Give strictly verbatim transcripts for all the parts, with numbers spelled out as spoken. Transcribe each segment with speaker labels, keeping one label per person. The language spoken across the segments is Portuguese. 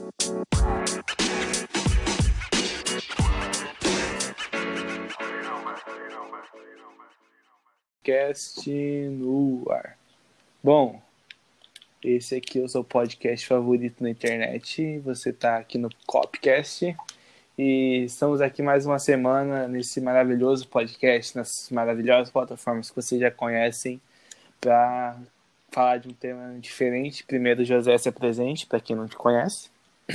Speaker 1: Podcast no ar. Bom, esse aqui é o seu podcast favorito na internet. Você está aqui no Copcast e estamos aqui mais uma semana nesse maravilhoso podcast, nessas maravilhosas plataformas que vocês já conhecem, para falar de um tema diferente. Primeiro, José se apresente, para quem não te conhece.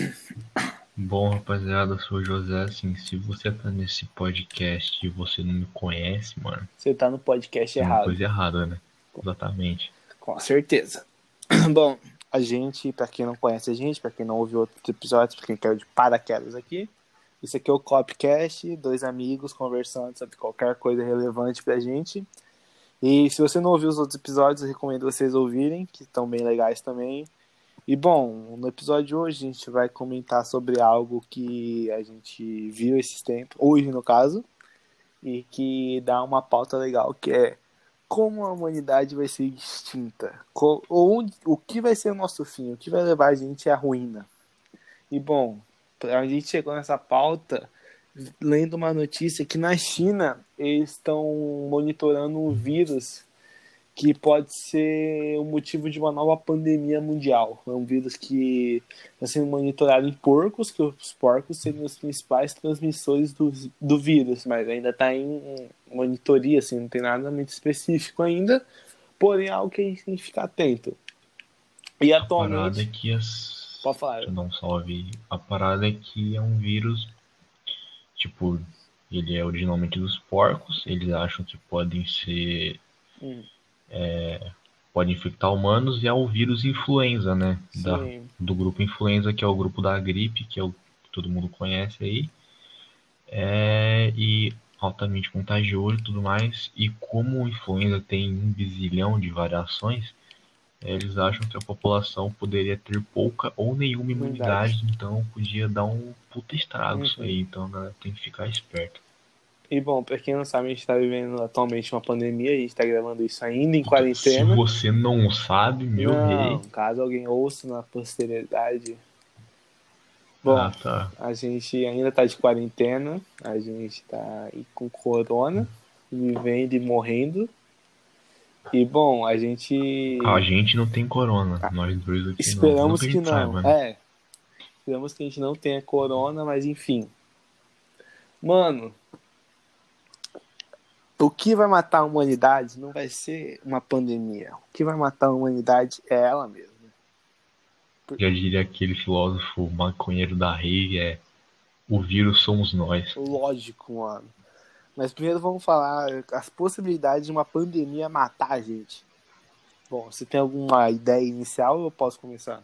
Speaker 2: Bom, rapaziada, eu sou o José. Assim, se você tá nesse podcast e você não me conhece, mano,
Speaker 1: Você tá no podcast
Speaker 2: tem uma
Speaker 1: errado.
Speaker 2: coisa errada, né? Exatamente.
Speaker 1: Com certeza. Bom, a gente, pra quem não conhece a gente, pra quem não ouviu outros episódios, pra quem caiu de paraquedas aqui, isso aqui é o Copcast, dois amigos conversando sobre qualquer coisa relevante pra gente. E se você não ouviu os outros episódios, eu recomendo vocês ouvirem, que estão bem legais também. E bom, no episódio de hoje a gente vai comentar sobre algo que a gente viu esses tempos, hoje no caso, e que dá uma pauta legal, que é como a humanidade vai ser extinta, onde, o que vai ser o nosso fim, o que vai levar a gente à ruína. E bom, a gente chegou nessa pauta lendo uma notícia que na China eles estão monitorando um vírus que pode ser o motivo de uma nova pandemia mundial. É um vírus que está sendo monitorado em porcos, que os porcos seriam os principais transmissores do, do vírus, mas ainda está em monitoria, assim, não tem nada muito específico ainda, porém é algo que a gente tem que ficar atento. E
Speaker 2: A parada é
Speaker 1: atualmente...
Speaker 2: que as...
Speaker 1: Pode falar.
Speaker 2: Deixa eu dar um salve. A parada é que é um vírus, tipo, ele é originalmente dos porcos, eles acham que podem ser...
Speaker 1: Hum.
Speaker 2: É, pode infectar humanos, e é o vírus influenza, né? Da, do grupo influenza, que é o grupo da gripe, que é o que todo mundo conhece aí. É, e altamente contagioso e tudo mais. E como o influenza tem um bizilhão de variações, eles acham que a população poderia ter pouca ou nenhuma imunidade,
Speaker 1: Verdade.
Speaker 2: então podia dar um puta estrago
Speaker 1: Uhum.
Speaker 2: isso aí. Então a galera tem que ficar esperto.
Speaker 1: E bom, pra quem não sabe, a gente tá vivendo atualmente uma pandemia, a gente tá gravando isso ainda em quarentena.
Speaker 2: Se você não sabe, meu
Speaker 1: não,
Speaker 2: rei...
Speaker 1: caso alguém ouça na posteridade. Bom,
Speaker 2: Ah, tá.
Speaker 1: a gente ainda tá de quarentena, a gente tá aí com corona, vivendo e morrendo. E bom, a gente...
Speaker 2: A gente não tem corona, nós dois aqui
Speaker 1: Esperamos
Speaker 2: não.
Speaker 1: que, que não. Saiba, né? É, esperamos que a gente não tenha corona, mas enfim. Mano... O que vai matar a humanidade não vai ser uma pandemia. O que vai matar a humanidade é ela mesma.
Speaker 2: Já diria aquele filósofo maconheiro da rave, é: o vírus somos nós.
Speaker 1: Lógico, mano. Mas primeiro vamos falar as possibilidades de uma pandemia matar a gente. Bom, você tem alguma ideia inicial ou eu posso começar?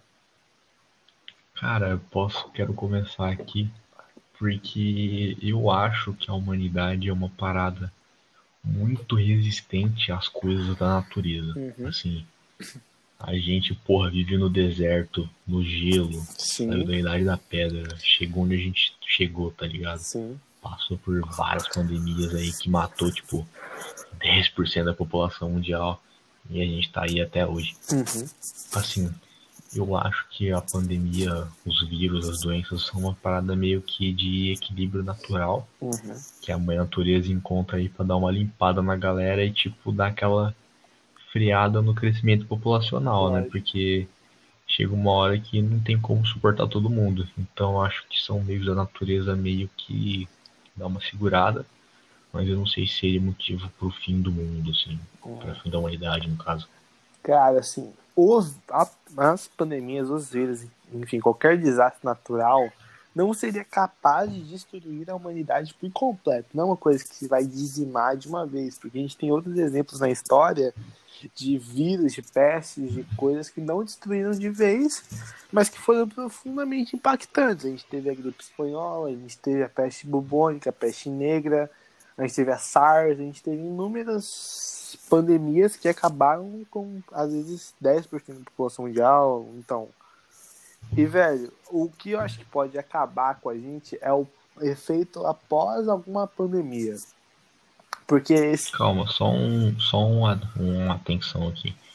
Speaker 2: Cara, eu posso, quero começar aqui, porque eu acho que a humanidade é uma parada muito resistente às coisas da natureza.
Speaker 1: Uhum.
Speaker 2: Assim, a gente, porra, vive no deserto, no gelo, saiu da Idade da Pedra, chegou onde a gente chegou, tá ligado?
Speaker 1: Sim.
Speaker 2: Passou por várias pandemias aí que matou, tipo, dez por cento da população mundial, e a gente tá aí até hoje.
Speaker 1: Uhum.
Speaker 2: Assim, eu acho que a pandemia, os vírus, as doenças são uma parada meio que de equilíbrio natural,
Speaker 1: uhum.
Speaker 2: que a mãe natureza encontra aí pra dar uma limpada na galera e, tipo, dar aquela friada no crescimento populacional,
Speaker 1: Lógico.
Speaker 2: né? Porque chega uma hora que não tem como suportar todo mundo. Então acho que são meios da natureza meio que dá uma segurada, mas eu não sei se seria motivo pro fim do mundo, assim, uhum. Para fim da humanidade, no caso.
Speaker 1: Cara, assim, os, a, as pandemias, os vírus, enfim, qualquer desastre natural não seria capaz de destruir a humanidade por completo. Não é uma coisa que se vai dizimar de uma vez, porque a gente tem outros exemplos na história de vírus, de pestes, de coisas que não destruíram de vez, mas que foram profundamente impactantes. A gente teve a gripe espanhola, a gente teve a peste bubônica, a peste negra, a gente teve a SARS, a gente teve inúmeras pandemias que acabaram com, às vezes, dez por cento da população mundial. Então, e, velho, o que eu acho que pode acabar com a gente é o efeito após alguma pandemia. Porque esse...
Speaker 2: Calma, só um, só uma, uma atenção aqui.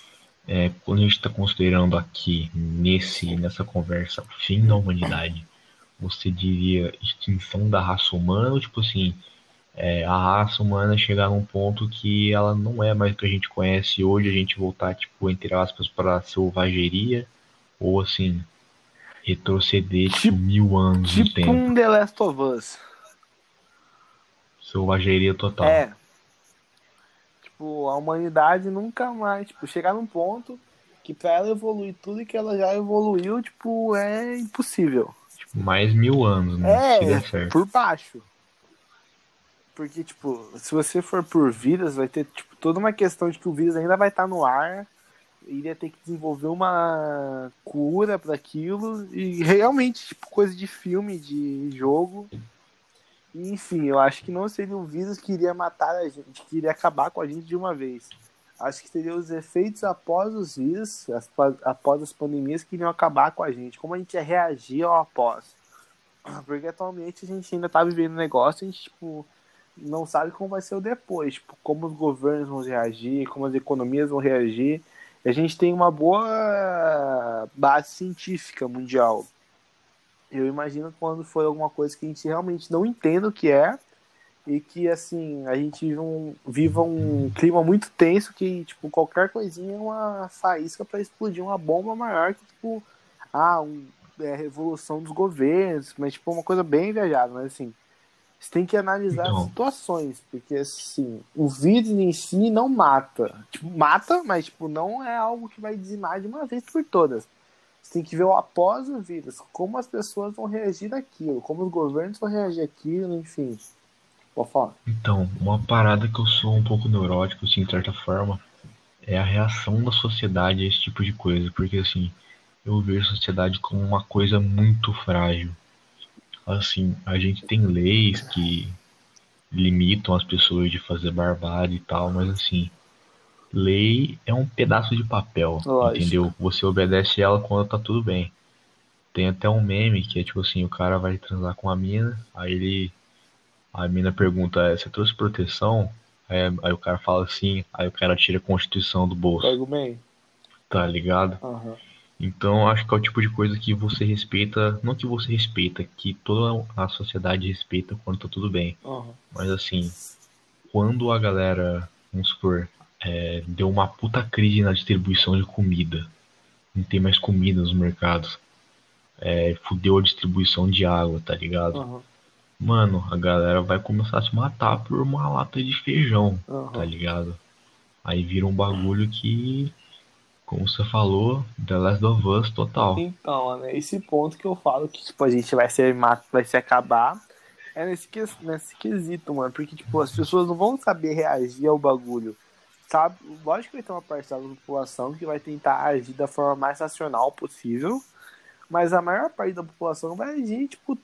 Speaker 2: É, quando a gente está considerando aqui, nesse, nessa conversa, o fim da humanidade, você diria extinção da raça humana ou tipo assim, é, a raça humana chegar num ponto que ela não é mais o que a gente conhece hoje, a gente voltar, tipo, entre aspas, para a selvageria, ou assim, retroceder, tipo,
Speaker 1: Tipo,
Speaker 2: mil anos no
Speaker 1: tipo
Speaker 2: tempo.
Speaker 1: um The Last of Us.
Speaker 2: Selvageria total.
Speaker 1: É, tipo, a humanidade nunca mais, tipo, chegar num ponto que pra ela evoluir tudo que ela já evoluiu, tipo, é impossível. Tipo,
Speaker 2: Mais mil anos, né? Se
Speaker 1: é
Speaker 2: der certo.
Speaker 1: por baixo. Porque, tipo, se você for por vidas, vai ter, tipo, toda uma questão de que o vírus ainda vai estar no ar, iria ter que desenvolver uma cura para aquilo, e realmente, tipo, coisa de filme, de jogo. E, enfim, eu acho que não seria um vírus que iria matar a gente, que iria acabar com a gente de uma vez. Acho que seriam os efeitos após os vírus, as, após as pandemias, que iriam acabar com a gente. Como a gente ia reagir ao após. Porque atualmente a gente ainda tá vivendo um negócio, a gente, tipo, não sabe como vai ser o depois, tipo, como os governos vão reagir, como as economias vão reagir. E a gente tem uma boa base científica mundial. Eu imagino quando for alguma coisa que a gente realmente não entenda o que é e que, assim, a gente viva um, viva um clima muito tenso que, tipo, qualquer coisinha é uma faísca para explodir uma bomba maior que, tipo, ah, um, é a revolução dos governos, mas, tipo, uma coisa bem viajada, mas, assim, você tem que analisar as
Speaker 2: Então,
Speaker 1: situações, porque, assim, o vírus em si não mata. Tipo, mata, mas, tipo, não é algo que vai dizimar de uma vez por todas. Você tem que ver o após o vírus, como as pessoas vão reagir àquilo, como os governos vão reagir àquilo, enfim. Vou falar.
Speaker 2: então, uma parada que eu sou um pouco neurótico, assim, de certa forma, é a reação da sociedade a esse tipo de coisa. Porque, assim, eu vejo a sociedade como uma coisa muito frágil. Assim, a gente tem leis que limitam as pessoas de fazer barbárie e tal, mas assim, lei é um pedaço de papel,
Speaker 1: Lógico.
Speaker 2: entendeu? Você obedece ela quando tá tudo bem. Tem até um meme que é tipo assim, o cara vai transar com a mina, aí ele. A mina pergunta, "É, você trouxe proteção?" Aí, aí o cara fala assim, aí o cara tira a Constituição do bolso,
Speaker 1: Pego bem.
Speaker 2: tá ligado?
Speaker 1: Aham.
Speaker 2: Então acho que é o tipo de coisa que você respeita, não que você respeita, que toda a sociedade respeita quando tá tudo bem.
Speaker 1: Aham.
Speaker 2: Mas assim, quando a galera, vamos supor, é, deu uma puta crise na distribuição de comida, não tem mais comida nos mercados, é, fudeu a distribuição de água, tá ligado?
Speaker 1: Aham.
Speaker 2: Mano, a galera vai começar a se matar por uma lata de feijão, tá
Speaker 1: Aham.
Speaker 2: ligado? Aí vira um bagulho que, como você falou, The Last of Us total.
Speaker 1: Então, né, esse ponto que eu falo que, tipo, a gente vai se, vai se acabar é nesse, nesse quesito, mano. Porque, tipo, as pessoas não vão saber reagir ao bagulho. Sabe? Lógico que vai ter uma parcela da população que vai tentar agir da forma mais racional possível. Mas a maior parte da população vai agir, tipo,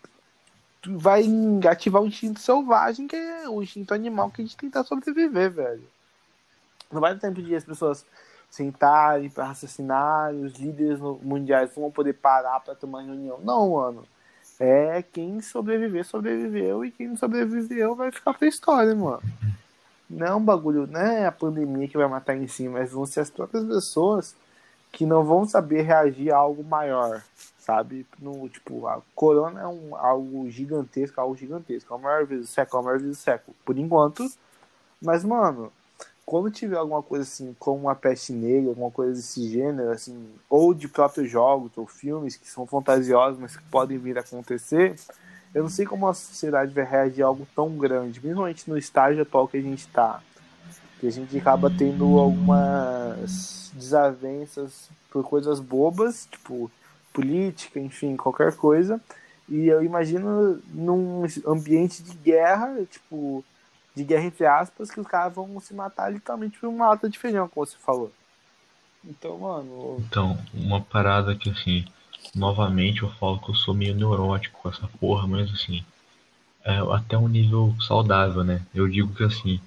Speaker 1: vai ativar o instinto selvagem, que é o instinto animal que a gente tenta sobreviver, velho. Não vai ter tempo de as pessoas sentarem para raciocinar, os líderes mundiais não vão poder parar para tomar reunião. Não, mano. É quem sobreviver, sobreviveu, e quem não sobreviveu vai ficar pra história, mano. Não é um bagulho, não é a pandemia que vai matar em si, mas vão ser as próprias pessoas que não vão saber reagir a algo maior, sabe? No, tipo, a corona é um, algo gigantesco, algo gigantesco. É o maior vírus do século, é o maior vírus do século, por enquanto. Mas, mano, quando tiver alguma coisa assim, como uma peste negra, alguma coisa desse gênero, assim, ou de próprios jogos ou filmes que são fantasiosos, mas que podem vir a acontecer, eu não sei como a sociedade vai reagir a algo tão grande, principalmente no estágio atual que a gente está. Que a gente acaba tendo algumas desavenças por coisas bobas, tipo política, enfim, qualquer coisa. E eu imagino num ambiente de guerra, tipo, de guerra entre aspas, que os caras vão se matar literalmente por uma lata de feijão, como você falou. Então, mano.
Speaker 2: Então, uma parada que assim, novamente eu falo que eu sou meio neurótico com essa porra, mas assim, é até um nível saudável, né? Eu digo que assim,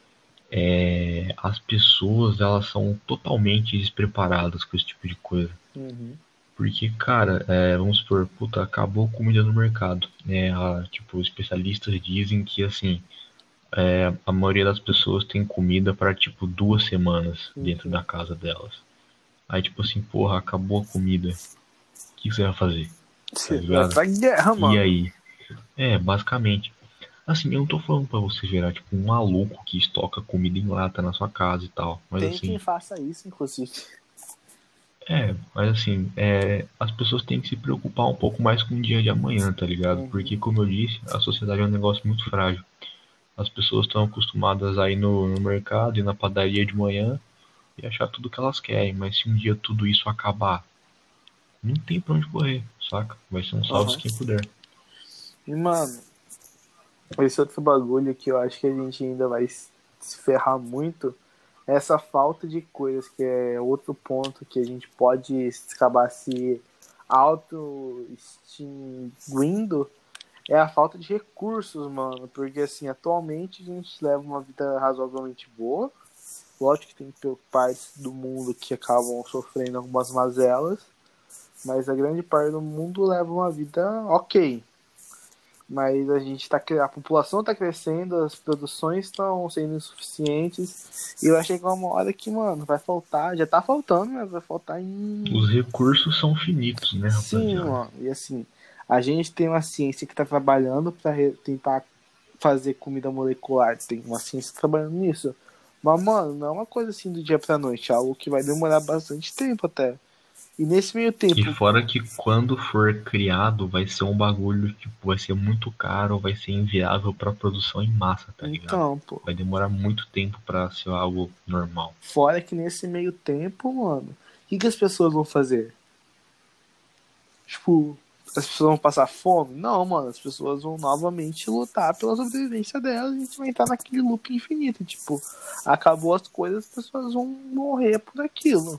Speaker 2: é, as pessoas elas são totalmente despreparadas com esse tipo de coisa.
Speaker 1: Uhum.
Speaker 2: Porque, cara, é, vamos supor, puta, acabou comida no mercado. Né? A, tipo, especialistas dizem que, assim, é, a maioria das pessoas tem comida para, tipo, duas semanas
Speaker 1: Sim,
Speaker 2: dentro da
Speaker 1: sim.
Speaker 2: casa delas. Aí, tipo assim, porra, acabou a comida. O que você vai fazer? Tá
Speaker 1: Você vai
Speaker 2: ligado?
Speaker 1: pra guerra,
Speaker 2: E
Speaker 1: mano.
Speaker 2: aí? É, basicamente. Assim, eu não tô falando pra você virar, tipo, um maluco que estoca comida em lata na sua casa e tal. Mas
Speaker 1: Tem
Speaker 2: assim,
Speaker 1: quem faça isso, inclusive.
Speaker 2: é, mas assim, é, as pessoas têm que se preocupar um pouco mais com o dia de amanhã, tá ligado?
Speaker 1: Uhum.
Speaker 2: Porque, como eu disse, a sociedade é um negócio muito frágil. As pessoas estão acostumadas a ir no, no mercado e na padaria de manhã e achar tudo que elas querem, mas se um dia tudo isso acabar, não tem pra onde correr, saca? Vai ser um salve
Speaker 1: Uhum.
Speaker 2: quem puder.
Speaker 1: E, mano, esse outro bagulho que eu acho que a gente ainda vai se ferrar muito é essa falta de coisas, que é outro ponto que a gente pode acabar se auto-extinguindo, é a falta de recursos, mano. Porque, assim, atualmente a gente leva uma vida razoavelmente boa. Lógico que tem partes do mundo que acabam sofrendo algumas mazelas, mas a grande parte do mundo leva uma vida ok. Mas a gente tá, a população está crescendo, as produções estão sendo insuficientes, e eu achei que é uma hora que, mano, vai faltar, já tá faltando, mas vai faltar em...
Speaker 2: Os recursos são finitos, né,
Speaker 1: Sim,
Speaker 2: rapaziada?
Speaker 1: mano, e assim, a gente tem uma ciência que tá trabalhando para tentar fazer comida molecular, tem uma ciência trabalhando nisso, mas, mano, não é uma coisa assim do dia pra noite, é algo que vai demorar bastante tempo até. E nesse meio
Speaker 2: E
Speaker 1: tempo...
Speaker 2: fora que quando for criado, vai ser um bagulho, tipo, vai ser muito caro, vai ser inviável pra produção em massa, tá ligado?
Speaker 1: Então, pô,
Speaker 2: Vai demorar muito tempo pra ser algo normal.
Speaker 1: fora que nesse meio tempo, mano, o que, que as pessoas vão fazer? Tipo, as pessoas vão passar fome? Não, mano, as pessoas vão novamente lutar pela sobrevivência delas e a gente vai entrar naquele loop infinito. Tipo, acabou as coisas, as pessoas vão morrer por aquilo.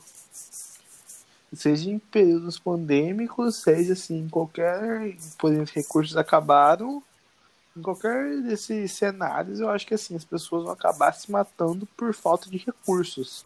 Speaker 1: Seja em períodos pandêmicos, seja assim, qualquer. Por exemplo, recursos acabaram. Em qualquer desses cenários, eu acho que assim, as pessoas vão acabar se matando por falta de recursos.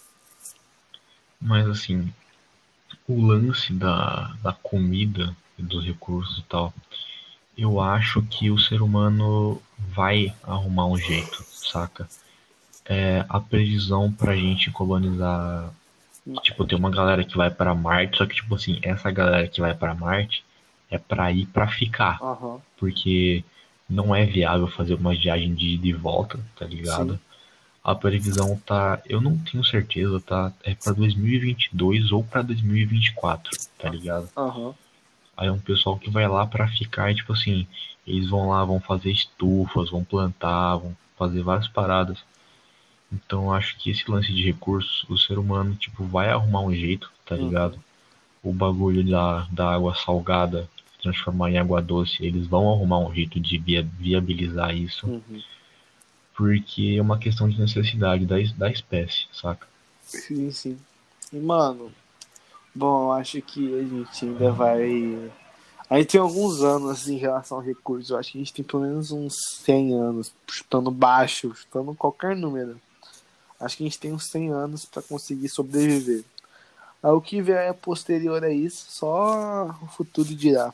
Speaker 2: Mas assim, o lance da, da comida e dos recursos e tal, eu acho que o ser humano vai arrumar um jeito, saca? É, a previsão pra gente colonizar. Tipo, tem uma galera que vai pra Marte, só que, tipo assim, essa galera que vai pra Marte é pra ir pra ficar.
Speaker 1: Aham,
Speaker 2: Porque não é viável fazer uma viagem de ida e volta, tá
Speaker 1: sim.
Speaker 2: ligado? A previsão tá, eu não tenho certeza, tá? É pra dois mil e vinte e dois ou pra dois mil e vinte e quatro, tá ligado?
Speaker 1: Aham.
Speaker 2: Aí é um pessoal que vai lá pra ficar e, tipo assim, eles vão lá, vão fazer estufas, vão plantar, vão fazer várias paradas. Então eu acho que esse lance de recursos, o ser humano, tipo, vai arrumar um jeito, tá ligado?
Speaker 1: Uhum.
Speaker 2: O bagulho da, da água salgada transformar em água doce, eles vão arrumar um jeito de via, viabilizar isso,
Speaker 1: Uhum.
Speaker 2: porque é uma questão de necessidade da, da espécie, saca?
Speaker 1: Sim, sim. E, mano, bom, eu acho que a gente ainda vai. A gente tem alguns anos assim, em relação ao recurso. Eu acho que a gente tem pelo menos uns cem anos, chutando baixo, chutando qualquer número. Acho que a gente tem uns cem anos para conseguir sobreviver. Aí, o que vier posterior a isso, só o futuro dirá.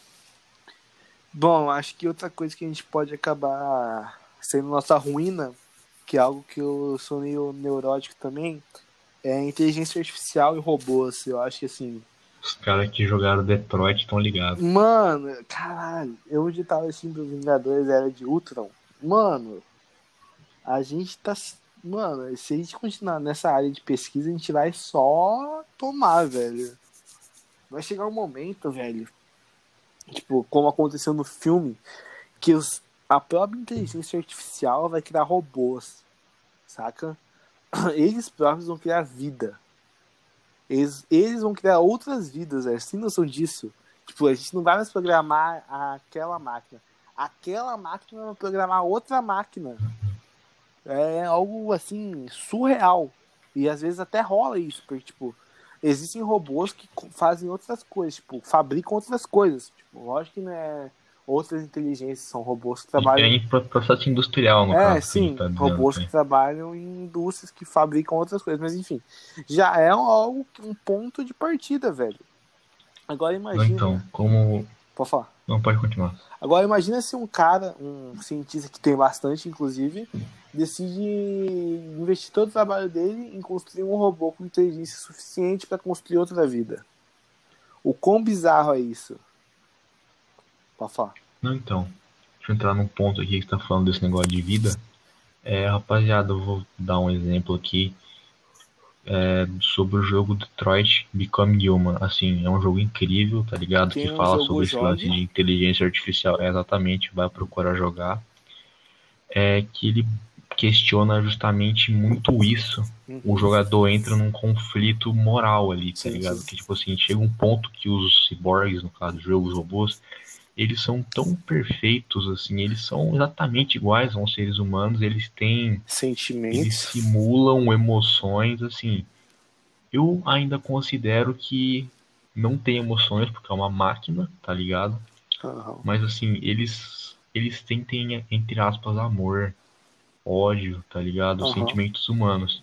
Speaker 1: Bom, acho que outra coisa que a gente pode acabar sendo nossa ruína, que é algo que eu sou meio neurótico também, é inteligência artificial e robôs. Eu acho que assim.
Speaker 2: Os caras que jogaram Detroit estão ligados.
Speaker 1: Mano, caralho, eu onde tava assistindo Vingadores Era de Ultron. Mano, a gente tá. Mano, se a gente continuar nessa área de pesquisa, a gente vai só tomar, velho. Vai chegar um momento, velho. Tipo, como aconteceu no filme, que os, a própria inteligência artificial vai criar robôs, saca? Eles próprios vão criar vida. Eles, eles vão criar outras vidas, velho. Sem noção disso. Tipo, a gente não vai mais programar aquela máquina. Aquela máquina vai programar outra máquina. É algo, assim, surreal. E às vezes até rola isso. Porque, tipo, existem robôs que fazem outras coisas. Tipo, fabricam outras coisas. Tipo, lógico que não é outras inteligências. São robôs que
Speaker 2: E
Speaker 1: trabalham...
Speaker 2: aí, processo industrial, no
Speaker 1: É,
Speaker 2: caso, que a gente
Speaker 1: sim,
Speaker 2: tá dizendo,
Speaker 1: robôs que
Speaker 2: assim.
Speaker 1: trabalham em indústrias que fabricam outras coisas, mas enfim, já é algo, um ponto de partida, velho. Agora
Speaker 2: Então,
Speaker 1: imagina.
Speaker 2: como
Speaker 1: Pode falar.
Speaker 2: Não, pode continuar.
Speaker 1: Agora imagina se um cara, um cientista que tem bastante, inclusive, decide investir todo o trabalho dele em construir um robô com inteligência suficiente para construir outra vida. O quão bizarro é isso? Pode falar.
Speaker 2: Não, então. Deixa eu entrar num ponto aqui que você tá falando desse negócio de vida. É, rapaziada, eu vou dar um exemplo aqui é, sobre o jogo Detroit Become Human. Assim, é um jogo incrível, tá ligado?
Speaker 1: Quem
Speaker 2: Que
Speaker 1: não
Speaker 2: fala
Speaker 1: jogou,
Speaker 2: sobre esse lance
Speaker 1: jogue.
Speaker 2: de inteligência artificial. É, exatamente, vai procurar jogar. É que ele questiona justamente muito isso.
Speaker 1: Uhum.
Speaker 2: O jogador entra num conflito moral ali, tá
Speaker 1: Sim,
Speaker 2: ligado?
Speaker 1: sim.
Speaker 2: Que tipo assim, chega um ponto que os cyborgs, no caso do jogo, os robôs, eles são tão perfeitos, assim, eles são exatamente iguais aos seres humanos, eles têm,
Speaker 1: Sentimentos.
Speaker 2: eles simulam emoções, assim. Eu ainda considero que não tem emoções, porque é uma máquina, tá ligado?
Speaker 1: Uhum.
Speaker 2: Mas assim, eles, eles têm, têm, entre aspas, amor, ódio, tá ligado?
Speaker 1: Uhum.
Speaker 2: Sentimentos humanos.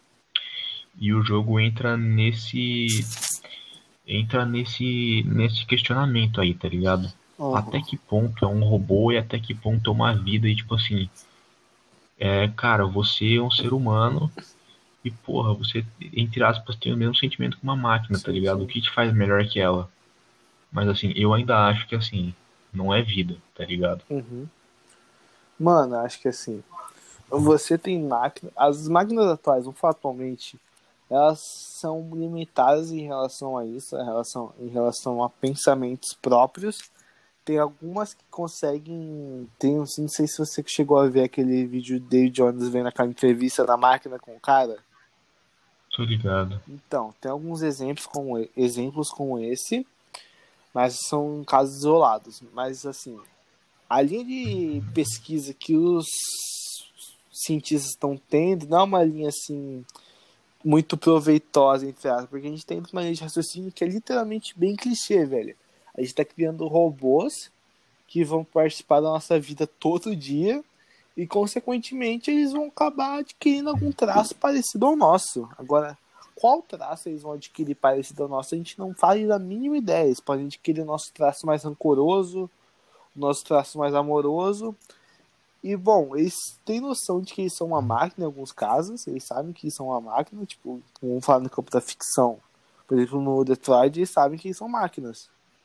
Speaker 2: E o jogo entra nesse entra nesse nesse questionamento aí, tá ligado?
Speaker 1: Uhum.
Speaker 2: Até que ponto é um robô e até que ponto é uma vida e tipo assim, é, cara, você é um ser humano e porra, você entre aspas tem o mesmo sentimento que uma máquina, tá
Speaker 1: Sim,
Speaker 2: ligado?
Speaker 1: sim.
Speaker 2: O que te faz melhor que ela? Mas assim, eu ainda acho que assim, não é vida, tá ligado?
Speaker 1: Uhum. Mano, acho que assim, você tem máquina. As máquinas atuais, atualmente, elas são limitadas em relação a isso, em relação, em relação a pensamentos próprios. Tem algumas que conseguem. Tem, não sei se você chegou a ver aquele vídeo de Dave Jones vendo aquela entrevista da máquina com o cara.
Speaker 2: Tô ligado.
Speaker 1: Então, tem alguns exemplos como, exemplos como esse, mas são casos isolados. Mas, assim, a linha de pesquisa que os cientistas estão tendo não é uma linha, assim, muito proveitosa, entre aspas, porque a gente tem uma linha de raciocínio que é literalmente bem clichê, velho. A gente tá criando robôs que vão participar da nossa vida todo dia e, consequentemente, eles vão acabar adquirindo algum traço parecido ao nosso. Agora, qual traço eles vão adquirir parecido ao nosso, a gente não faz a mínima ideia. Eles podem adquirir o nosso traço mais rancoroso, o nosso traço mais amoroso. E, bom, eles têm noção de que eles são uma máquina em alguns casos, eles sabem que eles são uma máquina, tipo, vamos falar no campo da ficção. Por exemplo, no Detroit, eles sabem que eles são máquinas.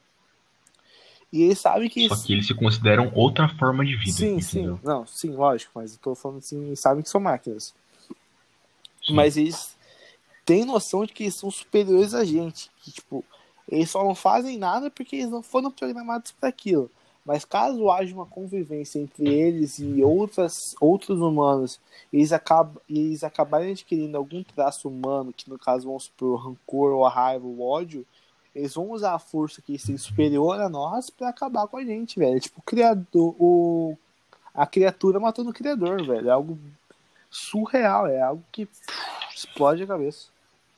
Speaker 1: E eles sabem que...
Speaker 2: Só que eles se consideram outra forma de vida,
Speaker 1: Sim, sim.
Speaker 2: entendeu?
Speaker 1: Não, sim, lógico. Mas eu tô falando assim, eles sabem que são máquinas.
Speaker 2: Sim.
Speaker 1: Mas eles têm noção de que eles são superiores a gente. Que, tipo, eles só não fazem nada porque eles não foram programados para aquilo. Mas caso haja uma convivência entre eles e outras, outros humanos, eles, acabam, eles acabarem adquirindo algum traço humano, que no caso vamos supor o rancor, ou a raiva, o ódio, eles vão usar a força que é superior a nós para acabar com a gente, velho. Tipo, o criador, o, a criatura matando o criador, velho. É algo surreal, é algo que pff, explode a cabeça.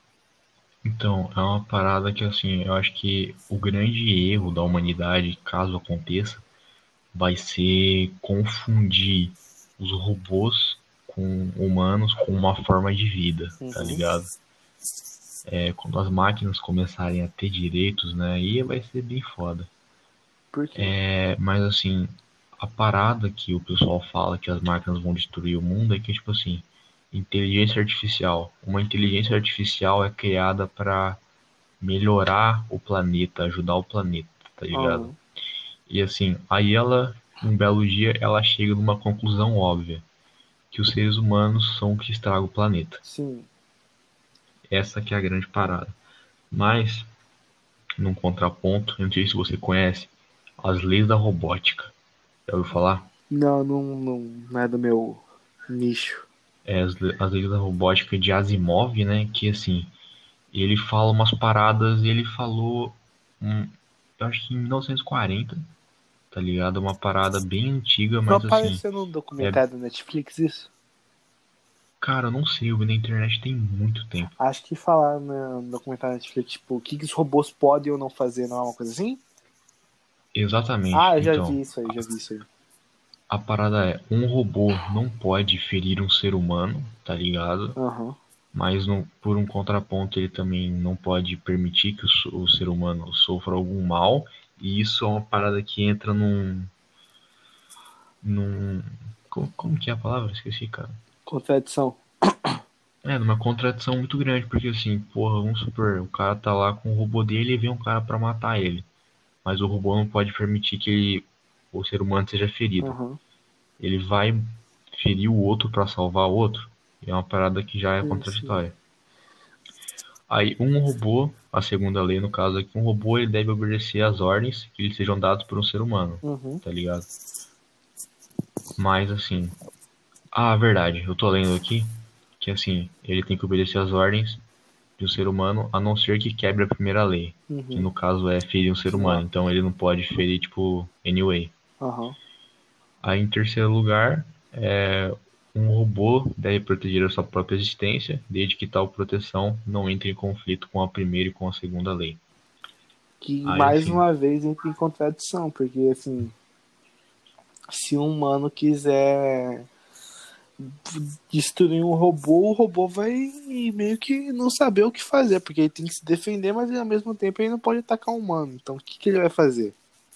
Speaker 2: Então, é uma parada que assim, eu acho que o grande erro da humanidade, caso aconteça, vai ser confundir os robôs com humanos com uma forma de vida,
Speaker 1: Uhum.
Speaker 2: tá ligado? É, quando as máquinas começarem a ter direitos, né, aí vai ser bem foda.
Speaker 1: Por quê?
Speaker 2: É, mas assim, a parada que o pessoal fala que as máquinas vão destruir o mundo é que, tipo assim, inteligência artificial. Uma inteligência artificial é criada para melhorar o planeta, ajudar o planeta, tá ligado?
Speaker 1: Uhum.
Speaker 2: E assim, aí ela, um belo dia, ela chega numa conclusão óbvia, que os seres humanos são o que estraga o planeta.
Speaker 1: Sim.
Speaker 2: Essa que é a grande parada. Mas, num contraponto, eu não sei se você conhece, as leis da robótica. Já ouviu falar?
Speaker 1: Não, não, não, não é do meu nicho.
Speaker 2: É, as, as leis da robótica de Asimov, né? Que assim, ele fala umas paradas, ele falou, hum, eu acho que em mil novecentos e quarenta, tá ligado? Uma parada bem antiga,
Speaker 1: Não
Speaker 2: mas assim,
Speaker 1: apareceu no
Speaker 2: é,
Speaker 1: documentário da Netflix isso?
Speaker 2: cara, eu não sei, eu vi na internet tem muito tempo.
Speaker 1: Acho que falaram no documentário da Netflix, tipo, o que, que os robôs podem ou não fazer, não é uma coisa assim?
Speaker 2: Exatamente.
Speaker 1: Ah, eu já
Speaker 2: Então,
Speaker 1: vi isso aí, já vi isso aí.
Speaker 2: a parada é, um robô não pode ferir um ser humano, tá ligado?
Speaker 1: Uhum.
Speaker 2: Mas no, por um contraponto ele também não pode permitir que o, o ser humano sofra algum mal E isso é uma parada que entra num. num. Como, como que é a palavra? Esqueci, cara.
Speaker 1: Contradição.
Speaker 2: É, numa contradição muito grande, porque assim, porra, vamos supor, o cara tá lá com o robô dele e vem um cara pra matar ele. Mas o robô não pode permitir que ele, o ser humano seja ferido.
Speaker 1: Uhum.
Speaker 2: Ele vai ferir o outro pra salvar o outro. É uma parada que já é
Speaker 1: Sim, sim.
Speaker 2: contraditória. Aí um robô, a segunda lei no caso aqui, um robô ele deve obedecer às ordens que lhe sejam dadas por um ser humano,
Speaker 1: Uhum.
Speaker 2: tá ligado? Mas assim, ah, verdade, eu tô lendo aqui que assim, ele tem que obedecer às ordens de um ser humano, a não ser que quebre a primeira lei, que
Speaker 1: Uhum.
Speaker 2: no caso é ferir um ser humano,
Speaker 1: Não.
Speaker 2: então ele não pode ferir, tipo, anyway.
Speaker 1: Uhum.
Speaker 2: Aí em terceiro lugar, é, um robô deve proteger a sua própria existência, desde que tal proteção não entre em conflito com a primeira e com a segunda lei.
Speaker 1: Que
Speaker 2: Aí
Speaker 1: mais
Speaker 2: assim,
Speaker 1: uma vez entra em contradição, porque assim, se um humano quiser destruir um robô, o robô vai meio que não saber o que fazer, porque ele tem que se defender, mas ao mesmo tempo ele não pode atacar um humano. Então o que, que ele vai fazer?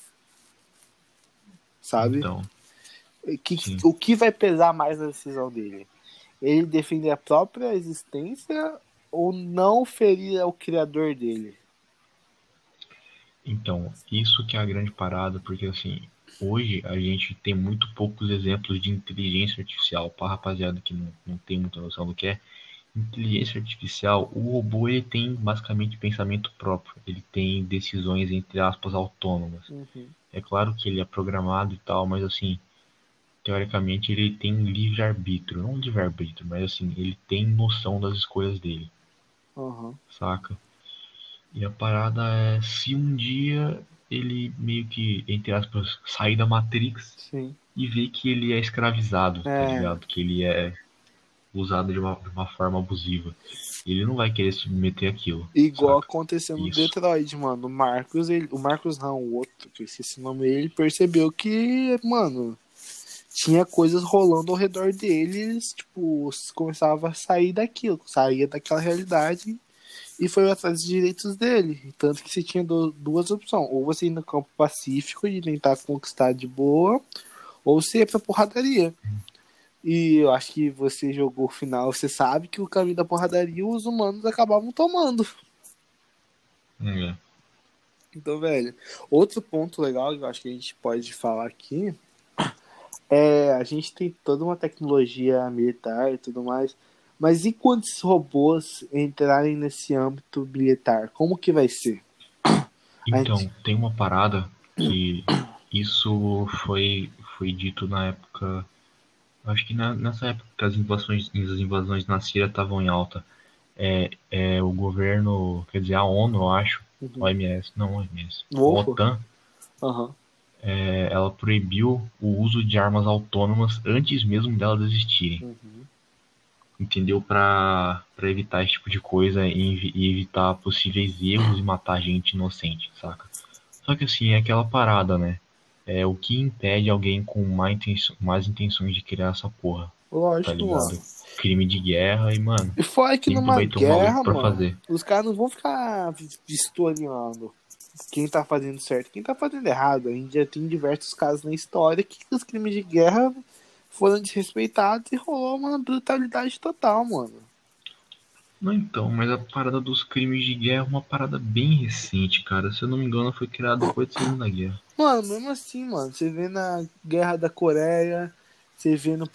Speaker 1: Sabe?
Speaker 2: então,
Speaker 1: Que,
Speaker 2: sim.
Speaker 1: o que vai pesar mais na decisão dele? Ele defender a própria existência ou não ferir o criador dele?
Speaker 2: Então, isso que é a grande parada, porque assim, hoje a gente tem muito poucos exemplos de inteligência artificial. Para rapaziada que não, não tem muita noção do que é, inteligência artificial, o robô ele tem basicamente pensamento próprio, ele tem decisões entre aspas autônomas.
Speaker 1: Uhum.
Speaker 2: É claro que ele é programado e tal, mas assim, teoricamente ele tem livre-arbítrio, não livre-arbítrio, mas assim, ele tem noção das escolhas dele,
Speaker 1: Uhum.
Speaker 2: saca? E a parada é se um dia ele meio que, entre aspas, sair da Matrix
Speaker 1: Sim.
Speaker 2: e ver que ele é escravizado, tá
Speaker 1: É,
Speaker 2: ligado? Que ele é usado de uma, de uma forma abusiva. Ele não vai querer submeter aquilo,
Speaker 1: igual
Speaker 2: saca?
Speaker 1: aconteceu no
Speaker 2: Isso.
Speaker 1: Detroit, mano. O Marcos, ele, o Marcos não, o outro, que eu esqueci o nome dele, percebeu que, mano, tinha coisas rolando ao redor deles, tipo, começava a sair daquilo, saía daquela realidade e foi atrás dos direitos dele. Tanto que você tinha do, duas opções, ou você ir no campo pacífico de tentar conquistar de boa, ou você ia pra porradaria. E eu acho que você jogou o final, você sabe que o caminho da porradaria os humanos acabavam tomando.
Speaker 2: É.
Speaker 1: Então, velho, outro ponto legal que eu acho que a gente pode falar aqui é a gente tem toda uma tecnologia militar e tudo mais, mas e quando esses robôs entrarem nesse âmbito militar, como que vai ser? A gente...
Speaker 2: Então, tem uma parada que isso foi, foi dito na época. Acho que na, nessa época que as invasões, as invasões na Síria estavam em alta. É, é, o governo, quer dizer, a ONU, eu acho,
Speaker 1: Uhum.
Speaker 2: O M S, não O M S, a
Speaker 1: Opa.
Speaker 2: OTAN,
Speaker 1: Uhum.
Speaker 2: é, ela proibiu o uso de armas autônomas antes mesmo delas existirem.
Speaker 1: Uhum.
Speaker 2: Entendeu? Para evitar esse tipo de coisa e, e evitar possíveis erros e matar gente inocente, saca? Só que assim, é aquela parada, né? É o que impede alguém com má intenção, más intenções de criar essa porra, tá
Speaker 1: Lógico,
Speaker 2: ligado?
Speaker 1: mano.
Speaker 2: Crime de guerra e, mano,
Speaker 1: E fora que
Speaker 2: sempre
Speaker 1: numa
Speaker 2: vai ter um maluco
Speaker 1: guerra,
Speaker 2: pra
Speaker 1: mano,
Speaker 2: fazer.
Speaker 1: os caras não vão ficar historiando quem tá fazendo certo, quem tá fazendo errado. A gente já tem diversos casos na história que os crimes de guerra foram desrespeitados e rolou uma brutalidade total, mano.
Speaker 2: Não, então, mas a parada dos crimes de guerra é uma parada bem recente, cara. Se eu não me engano, foi criada depois da Segunda Guerra.
Speaker 1: Mano, mesmo assim, mano, você vê na Guerra da Coreia, você vê no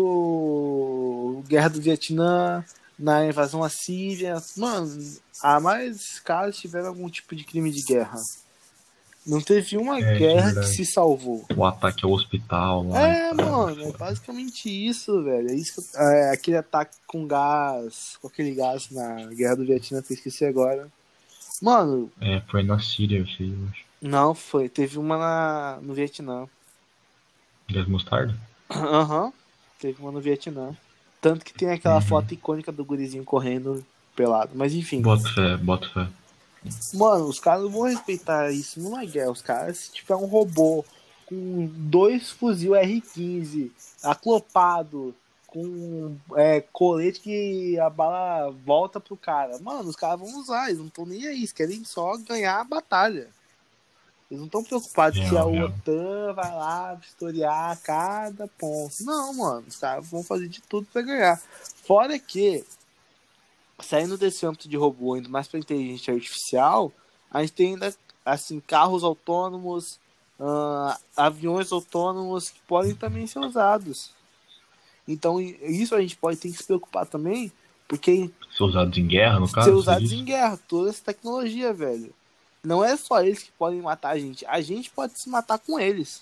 Speaker 1: próprio Guerra do Vietnã, na invasão à Síria, mano, há mais casos tiveram algum tipo de crime de guerra. Não teve uma
Speaker 2: É, isso é
Speaker 1: guerra que
Speaker 2: verdade.
Speaker 1: se salvou.
Speaker 2: O ataque ao hospital lá e
Speaker 1: É,
Speaker 2: tal, é
Speaker 1: mano, é
Speaker 2: foda.
Speaker 1: basicamente isso, velho. É isso que, é, aquele ataque com gás, com aquele gás na Guerra do Vietnã, que eu esqueci agora. Mano,
Speaker 2: É, foi na Síria, eu sei, eu acho.
Speaker 1: não foi. Teve uma na, no Vietnã.
Speaker 2: Gás mostarda?
Speaker 1: Aham, uhum, teve uma no Vietnã. Tanto que tem aquela
Speaker 2: Uhum.
Speaker 1: foto icônica do gurizinho correndo pelado. Mas enfim.
Speaker 2: Boto fé, boto fé.
Speaker 1: Mano, os caras não vão respeitar isso numa guerra. Os caras, se tiver um robô com dois fuzil R quinze aclopado, com é, colete que a bala volta pro cara. Mano, os caras vão usar, eles não estão nem aí, eles querem só ganhar a batalha. Eles não estão preocupados que a
Speaker 2: Real, real.
Speaker 1: OTAN vai lá vistoriar cada ponto. Não, mano, os caras vão fazer de tudo pra ganhar. Fora que, saindo desse âmbito de robô, indo mais pra inteligência artificial, a gente tem ainda, assim, carros autônomos, uh, aviões autônomos que podem também ser usados. Então, isso a gente pode ter que se preocupar também, porque...
Speaker 2: Ser usados em guerra, no caso?
Speaker 1: Ser usados em guerra, toda essa tecnologia, velho. Não é só eles que podem matar a gente. A gente pode se matar com eles.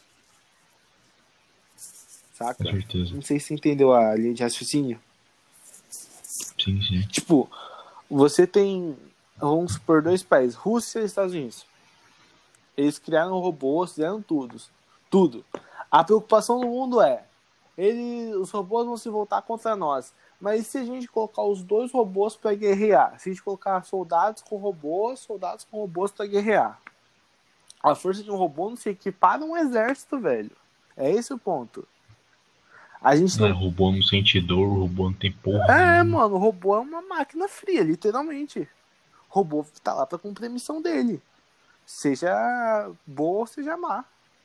Speaker 1: Saca?
Speaker 2: Com certeza.
Speaker 1: Não sei se você entendeu a linha de raciocínio.
Speaker 2: Sim, sim.
Speaker 1: Tipo, você tem, vamos supor, dois países, Rússia e Estados Unidos. Eles criaram robôs, fizeram tudo. Tudo. A preocupação do mundo é, ele, os robôs vão se voltar contra nós. Mas e se a gente colocar os dois robôs para guerrear? Se a gente colocar soldados com robôs, soldados com robôs para guerrear? A força de um robô não se equipara a um exército, velho. É esse o ponto. A gente
Speaker 2: não...
Speaker 1: não...
Speaker 2: É, robô não sente dor, o robô não tem porra.
Speaker 1: É, nenhuma. Mano, o robô é uma máquina fria, literalmente. O robô tá lá pra cumprir a missão dele. Seja boa ou seja má.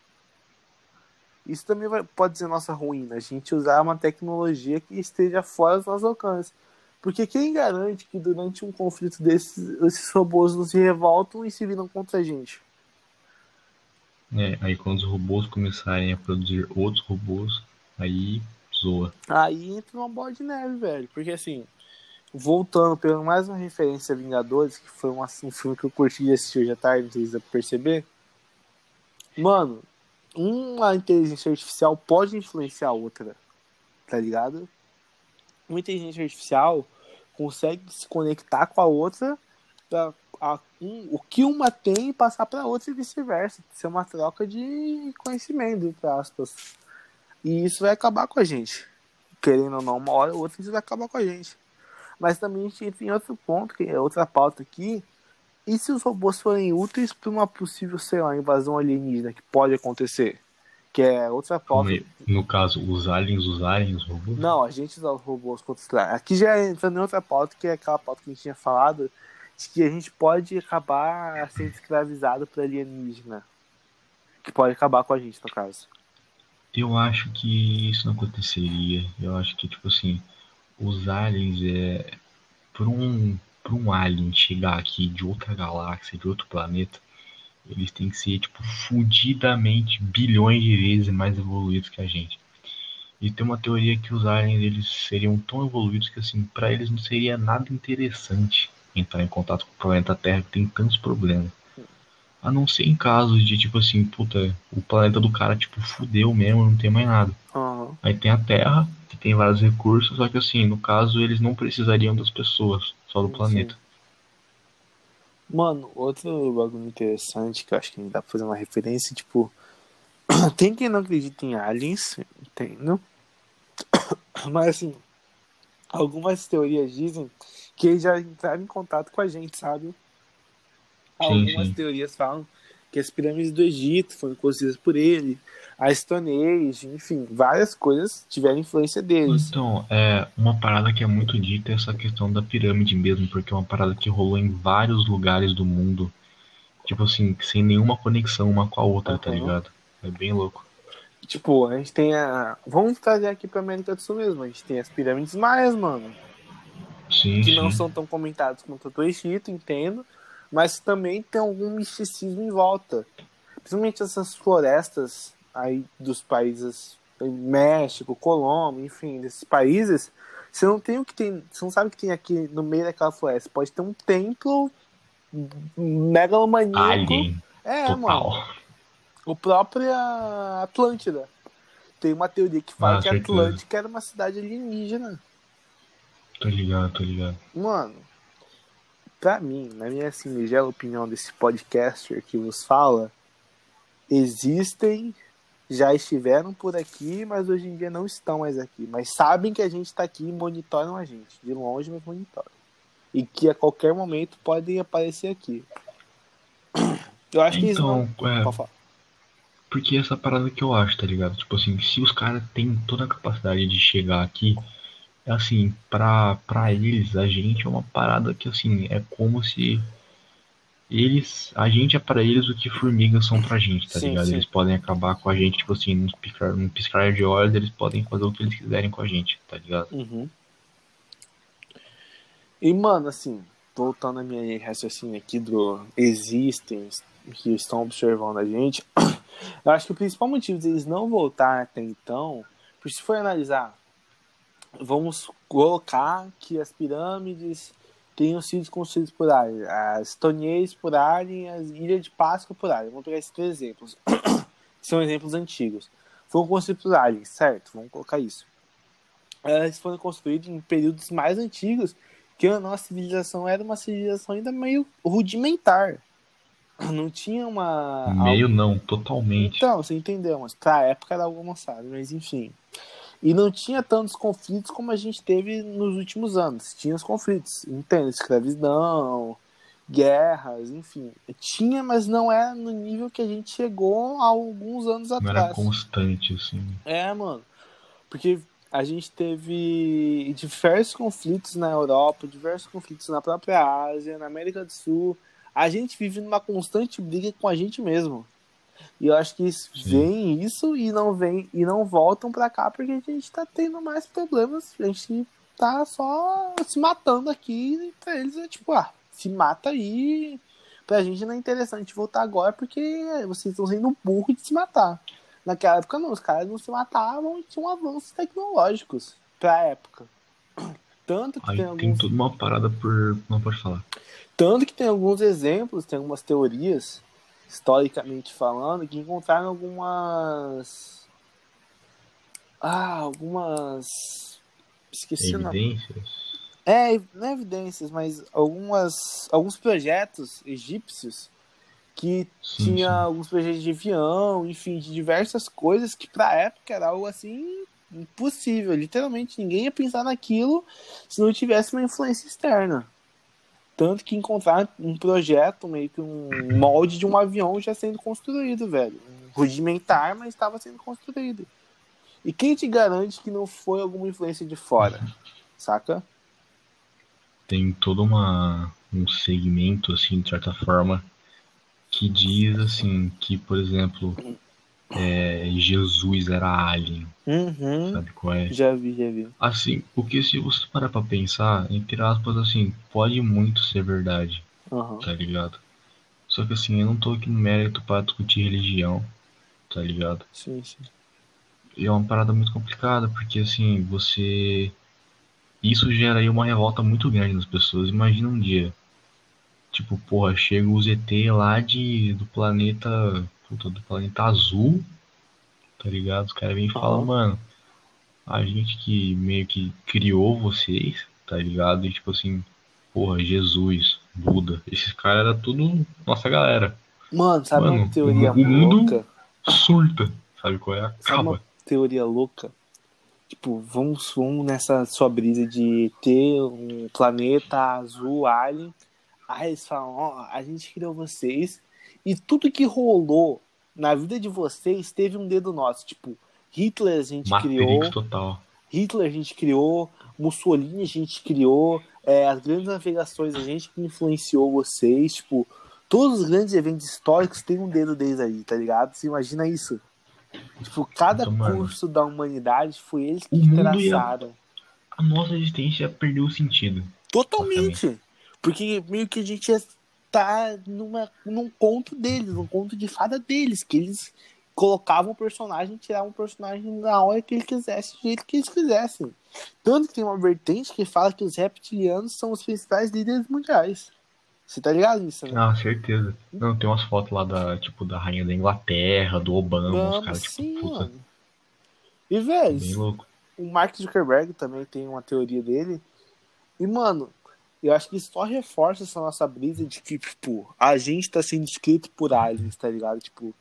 Speaker 1: Isso também vai, pode ser nossa ruína. A gente usar uma tecnologia que esteja fora dos nossos alcances. Porque quem garante que durante um conflito desses, esses robôs não se revoltam e se viram contra a gente?
Speaker 2: É, aí quando os robôs começarem a produzir outros robôs, aí zoa.
Speaker 1: Aí entra uma bola de neve, velho. Porque assim, voltando, pegando mais uma referência a Vingadores, que foi um, um filme que eu curti de assistir hoje à tarde, não sei se dá pra perceber. Mano, uma inteligência artificial pode influenciar a outra, tá ligado? Uma inteligência artificial consegue se conectar com a outra pra a, um, o que uma tem passar pra outra e vice-versa. Ser uma troca de conhecimento, entre aspas. E isso vai acabar com a gente. Querendo ou não, uma hora ou outra isso vai acabar com a gente. Mas também a gente entra em outro ponto, que é outra pauta aqui. E se os robôs forem úteis para uma possível, sei lá, invasão alienígena que pode acontecer? Que é outra pauta.
Speaker 2: No caso, os aliens usarem os robôs?
Speaker 1: Não, a gente usar os robôs contra os aliens. Aqui já entra em outra pauta, que é aquela pauta que a gente tinha falado, de que a gente pode acabar sendo escravizado por alienígena. Que pode acabar com a gente, no caso.
Speaker 2: Eu acho que isso não aconteceria. Eu acho que, tipo assim, os aliens é... Por um, por um alien chegar aqui de outra galáxia, de outro planeta, eles têm que ser, tipo, fudidamente bilhões de vezes mais evoluídos que a gente. E tem uma teoria que os aliens, eles seriam tão evoluídos que, assim, pra eles não seria nada interessante entrar em contato com o planeta Terra, que tem tantos problemas. A não ser em casos de, tipo assim, puta, o planeta do cara, tipo, fudeu mesmo, não tem mais nada.
Speaker 1: Uhum.
Speaker 2: Aí tem a Terra, que tem vários recursos, só que assim, no caso, eles não precisariam das pessoas, só do
Speaker 1: Sim.
Speaker 2: planeta.
Speaker 1: Mano, outro bagulho interessante que eu acho que dá pra fazer uma referência, tipo, tem quem não acredita em aliens, entendo. Mas assim, algumas teorias dizem que eles já entraram em contato com a gente, sabe? Algumas
Speaker 2: sim.
Speaker 1: teorias falam que as pirâmides do Egito foram construídas por ele, a Stone Age, enfim, várias coisas tiveram influência deles.
Speaker 2: Então, é uma parada que é muito dita é essa questão da pirâmide mesmo, porque é uma parada que rolou em vários lugares do mundo, tipo assim, sem nenhuma conexão uma com a outra, uhum. Tá ligado? É bem louco.
Speaker 1: Tipo, a gente tem a... Vamos trazer aqui pra América do Sul mesmo, a gente tem as pirâmides maias, mano.
Speaker 2: Sim,
Speaker 1: que
Speaker 2: sim.
Speaker 1: não são tão comentados quanto o do Egito, entendo, mas também tem algum misticismo em volta. Principalmente essas florestas aí dos países, México, Colômbia, enfim, desses países, você não tem o que tem, você não sabe o que tem aqui no meio daquela floresta. Pode ter um templo megalomaníaco.
Speaker 2: Alien.
Speaker 1: É,
Speaker 2: total.
Speaker 1: mano. O próprio Atlântida. Tem uma teoria que fala
Speaker 2: ah,
Speaker 1: que a Atlântida era uma cidade alienígena.
Speaker 2: Tô ligado, tô ligado.
Speaker 1: Mano, pra mim, na minha singela opinião desse podcaster que vos fala, existem, já estiveram por aqui, mas hoje em dia não estão mais aqui. Mas sabem que a gente tá aqui e monitoram a gente. De longe, mas monitoram. E que a qualquer momento podem aparecer aqui. Eu acho
Speaker 2: então,
Speaker 1: que isso não...
Speaker 2: É...
Speaker 1: Pode falar.
Speaker 2: Porque essa parada que eu acho, tá ligado? Tipo assim, se os caras têm toda a capacidade de chegar aqui, assim, pra, pra eles, a gente é uma parada que, assim, é como se eles, a gente é pra eles o que formigas são pra gente, tá
Speaker 1: Sim,
Speaker 2: ligado?
Speaker 1: sim.
Speaker 2: Eles podem acabar com a gente, tipo assim, num piscar, num piscar de olhos, eles podem fazer o que eles quiserem com a gente, tá ligado?
Speaker 1: Uhum. E, mano, assim, voltando a minha raciocínio aqui do existem, que estão observando a gente, eu acho que o principal motivo deles não voltar até então, por se for analisar, vamos colocar que as pirâmides tenham sido construídas por Alien, as Stonehenge por Alien, as Ilhas de Páscoa por Alien. Vamos pegar esses três exemplos, que são exemplos antigos. Foram construídos por Alien, certo? Vamos colocar isso. Elas foram construídas em períodos mais antigos, que a nossa civilização era uma civilização ainda meio rudimentar. Não tinha uma...
Speaker 2: Meio não, totalmente.
Speaker 1: Então, você entendeu, mas pra época era algo avançado, mas enfim. E não tinha tantos conflitos como a gente teve nos últimos anos. Tinha os conflitos, entende? Escravidão, guerras, enfim. Tinha, mas não era no nível que a gente chegou há alguns anos
Speaker 2: Não era
Speaker 1: atrás.
Speaker 2: constante, assim.
Speaker 1: É, mano. Porque a gente teve diversos conflitos na Europa, diversos conflitos na própria Ásia, na América do Sul. A gente vive numa constante briga com a gente mesmo. E eu acho que vem isso e não vem e não voltam pra cá porque a gente tá tendo mais problemas. A gente tá só se matando aqui e pra eles é tipo, ah, se mata aí. Pra gente não é interessante voltar agora porque vocês estão sendo burros de se matar. Naquela época não, os caras não se matavam e tinham avanços tecnológicos pra época. Tanto que
Speaker 2: Aí
Speaker 1: tem
Speaker 2: tem
Speaker 1: alguns.
Speaker 2: toda uma parada por. Não pode falar.
Speaker 1: Tanto que tem alguns exemplos, tem algumas teorias, historicamente falando, que encontraram algumas. Ah, algumas. Esqueci o nome.
Speaker 2: Evidências?
Speaker 1: É, não é evidências, mas algumas, alguns projetos egípcios que
Speaker 2: Sim,
Speaker 1: tinha
Speaker 2: sim.
Speaker 1: alguns projetos de avião, enfim, de diversas coisas que pra época era algo assim impossível. Literalmente ninguém ia pensar naquilo se não tivesse uma influência externa. Tanto que encontrar um projeto, meio que um molde de um avião já sendo construído, velho. Rudimentar, mas estava sendo construído. E quem te garante que não foi alguma influência de fora? Saca?
Speaker 2: Tem todo uma, um segmento, assim, de certa forma, que diz, assim, que, por exemplo, é, Jesus era alien,
Speaker 1: Uhum.
Speaker 2: sabe qual é?
Speaker 1: Já vi, já vi.
Speaker 2: Assim, porque se você parar pra pensar, entre aspas, assim, pode muito ser verdade,
Speaker 1: Uhum.
Speaker 2: tá ligado? Só que assim, eu não tô aqui no mérito pra discutir religião, tá ligado?
Speaker 1: Sim, sim.
Speaker 2: E é uma parada muito complicada, porque assim, você. Isso gera aí uma revolta muito grande nas pessoas. Imagina um dia, tipo, porra, chega o Z T lá de, do planeta. Puta, do planeta azul, tá ligado? Os caras vêm e falam,
Speaker 1: Uhum.
Speaker 2: mano, a gente que meio que criou vocês, tá ligado? E tipo assim, porra, Jesus, Buda, esses caras eram tudo nossa galera.
Speaker 1: Mano, sabe uma
Speaker 2: Mano, o,
Speaker 1: teoria
Speaker 2: o mundo
Speaker 1: louca?
Speaker 2: surta, sabe qual é?
Speaker 1: Sabe uma
Speaker 2: Acaba.
Speaker 1: teoria louca? Tipo, vamos, vamos nessa sua brisa de ter um planeta azul, alien. Aí eles falam, ó, a gente criou vocês e tudo que rolou na vida de vocês teve um dedo nosso. Tipo, Hitler a gente
Speaker 2: Matrix
Speaker 1: criou,
Speaker 2: total.
Speaker 1: Hitler a gente criou, Mussolini a gente criou, é, as grandes navegações a gente que influenciou vocês, tipo, todos os grandes eventos históricos têm um dedo deles aí, tá ligado? Você imagina isso? Tipo, cada
Speaker 2: Então, mano,
Speaker 1: curso da humanidade foi eles
Speaker 2: o
Speaker 1: que
Speaker 2: mundo e a,
Speaker 1: traçaram.
Speaker 2: a nossa existência perdeu o sentido, basicamente.
Speaker 1: Totalmente. Porque meio que a gente tá numa, num conto deles, num conto de fada deles, que eles colocavam o personagem, tiravam o personagem na hora que eles quisessem, do jeito que eles quisessem. Tanto que tem uma vertente que fala que os reptilianos são os principais líderes mundiais. Você tá ligado nisso, né?
Speaker 2: Ah, certeza. Não, tem umas fotos lá da, tipo, da rainha da Inglaterra, do Obama, os
Speaker 1: Vamos,
Speaker 2: caras, tipo,
Speaker 1: sim,
Speaker 2: puta,
Speaker 1: mano. E, velho,
Speaker 2: bem louco.
Speaker 1: o Mark Zuckerberg também tem uma teoria dele. E, mano, eu acho que isso só reforça essa nossa brisa de que, tipo, a gente tá sendo escrito por aliens, tá ligado? Tipo,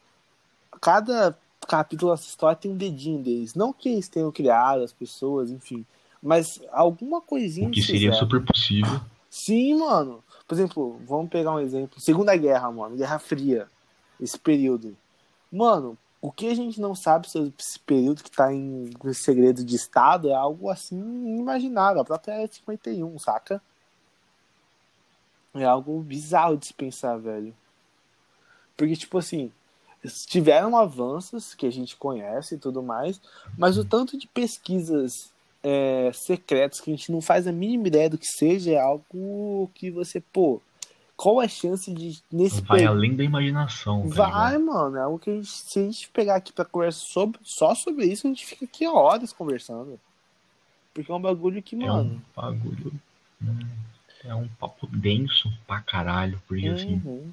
Speaker 1: cada capítulo dessa história tem um dedinho deles. Não que eles tenham criado as pessoas, enfim. Mas alguma coisinha
Speaker 2: O que
Speaker 1: eles
Speaker 2: seria
Speaker 1: fizeram.
Speaker 2: super possível.
Speaker 1: Sim, mano. Por exemplo, vamos pegar um exemplo. Segunda Guerra, mano. Guerra Fria. Esse período. Mano, o que a gente não sabe sobre esse período que tá em segredo de Estado é algo assim inimaginável. A própria Era cinquenta e um, saca? É algo bizarro de se pensar, velho. Porque, tipo assim, tiveram avanços que a gente conhece e tudo mais, mas o tanto de pesquisas é, secretas que a gente não faz a mínima ideia do que seja é algo que você, pô, qual a chance de nesse
Speaker 2: Vai
Speaker 1: período.
Speaker 2: além da imaginação, tá
Speaker 1: Vai,
Speaker 2: ligado?
Speaker 1: mano, é algo que a gente, se a gente pegar aqui pra conversar sobre, só sobre isso, a gente fica aqui horas conversando. Porque é um bagulho que,
Speaker 2: É um
Speaker 1: mano.
Speaker 2: bagulho. hum, É um papo denso pra caralho, porque assim,
Speaker 1: Uhum,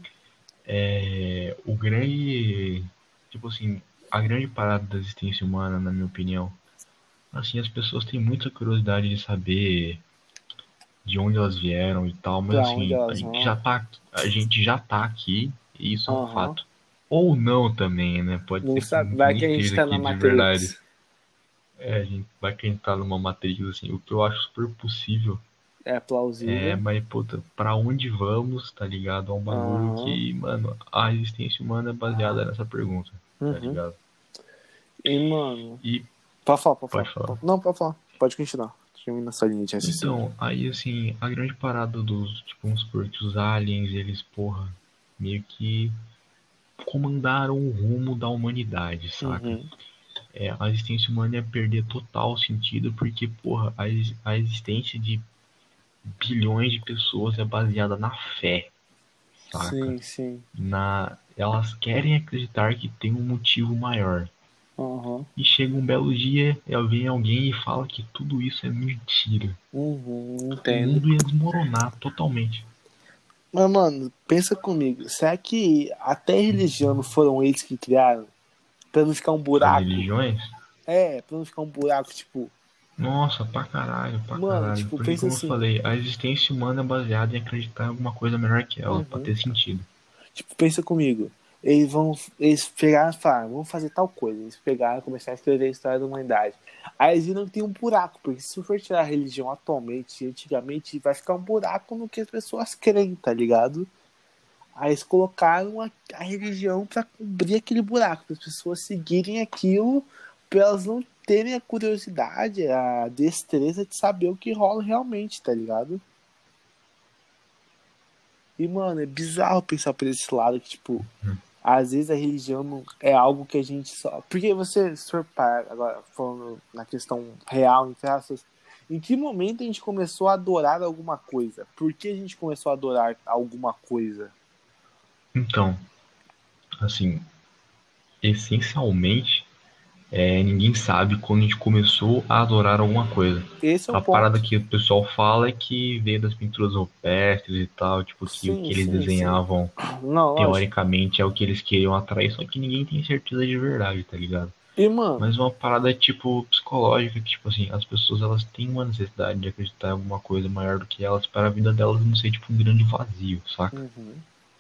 Speaker 2: é, o grande. Tipo assim, a grande parada da existência humana, na minha opinião, assim, as pessoas têm muita curiosidade de saber de onde elas vieram e tal, mas
Speaker 1: pra onde
Speaker 2: assim, a
Speaker 1: elas
Speaker 2: gente
Speaker 1: vão.
Speaker 2: já tá, a gente já tá aqui, e isso é um
Speaker 1: Aham.
Speaker 2: fato. Ou não também, né? Pode
Speaker 1: Não
Speaker 2: ser que a
Speaker 1: sabe,
Speaker 2: gente
Speaker 1: vai
Speaker 2: nem
Speaker 1: que a gente
Speaker 2: esteja
Speaker 1: tá
Speaker 2: aqui
Speaker 1: na
Speaker 2: de verdade.
Speaker 1: Matrix.
Speaker 2: É, a gente vai que a gente tá numa matriz, assim, o que eu acho super possível.
Speaker 1: É
Speaker 2: É,
Speaker 1: plausível.
Speaker 2: mas, puta, pra onde vamos, tá ligado? É um bagulho
Speaker 1: Aham.
Speaker 2: que, mano, a existência humana é baseada nessa pergunta, tá
Speaker 1: Uhum.
Speaker 2: ligado?
Speaker 1: E, mano.
Speaker 2: E
Speaker 1: Pode falar, pode
Speaker 2: pode
Speaker 1: falar.
Speaker 2: falar.
Speaker 1: Não, pode falar. Pode continuar. Termina essa linha de raciocínio.
Speaker 2: Então, aí, assim, a grande parada dos, tipo, vamos supor que os aliens, eles, porra, meio que comandaram o rumo da humanidade, saca?
Speaker 1: Uhum.
Speaker 2: É, a existência humana ia perder total sentido porque, porra, a, ex- a existência de bilhões de pessoas é baseada na fé, saca?
Speaker 1: Sim, sim.
Speaker 2: Na, elas querem acreditar que tem um motivo maior.
Speaker 1: Aham.
Speaker 2: E chega um belo dia, e vem alguém e fala que tudo isso é mentira.
Speaker 1: Uhum.
Speaker 2: O
Speaker 1: Entendo.
Speaker 2: mundo ia desmoronar totalmente.
Speaker 1: Mas, mano, pensa comigo. Será que até religião não foram eles que criaram? Pra não ficar um
Speaker 2: As
Speaker 1: buraco?
Speaker 2: religiões?
Speaker 1: É, pra não ficar um buraco, tipo.
Speaker 2: Nossa, pra caralho, pra
Speaker 1: Mano,
Speaker 2: caralho.
Speaker 1: tipo,
Speaker 2: Porque,
Speaker 1: pensa
Speaker 2: como eu
Speaker 1: assim.
Speaker 2: falei, a existência humana é baseada em acreditar em alguma coisa melhor que ela, pra
Speaker 1: Uhum.
Speaker 2: ter sentido.
Speaker 1: Tipo, pensa comigo. Eles vão. Eles pegaram e falaram, vamos fazer tal coisa. Eles pegaram e começaram a escrever a história da humanidade. Aí eles viram que tem um buraco, porque se for tirar a religião atualmente, antigamente, vai ficar um buraco no que as pessoas creem, tá ligado? Aí eles colocaram a, a religião pra cobrir aquele buraco, para as pessoas seguirem aquilo, pra elas não terem a curiosidade, a destreza de saber o que rola realmente, tá ligado? E, mano, é bizarro pensar por esse lado que, tipo, às vezes a religião não é algo que a gente só. Porque você, se for parar, agora falando na questão real, entre aspas, em que momento a gente começou a adorar alguma coisa? Por que a gente começou a adorar alguma coisa?
Speaker 2: Então, assim, essencialmente, é, ninguém sabe quando a gente começou a adorar alguma coisa.
Speaker 1: Esse é o
Speaker 2: A parada
Speaker 1: ponto.
Speaker 2: que o pessoal fala é que veio das pinturas rupestres e tal, tipo, que o
Speaker 1: Sim,
Speaker 2: que eles
Speaker 1: sim, sim.
Speaker 2: desenhavam,
Speaker 1: Não, lógico.
Speaker 2: teoricamente, é o que eles queriam atrair, só que ninguém tem certeza de verdade, tá ligado?
Speaker 1: E, mano,
Speaker 2: Mas uma parada, tipo, psicológica, que, tipo assim, as pessoas, elas têm uma necessidade de acreditar em alguma coisa maior do que elas para a vida delas não ser, tipo, um grande vazio, saca?
Speaker 1: uhum.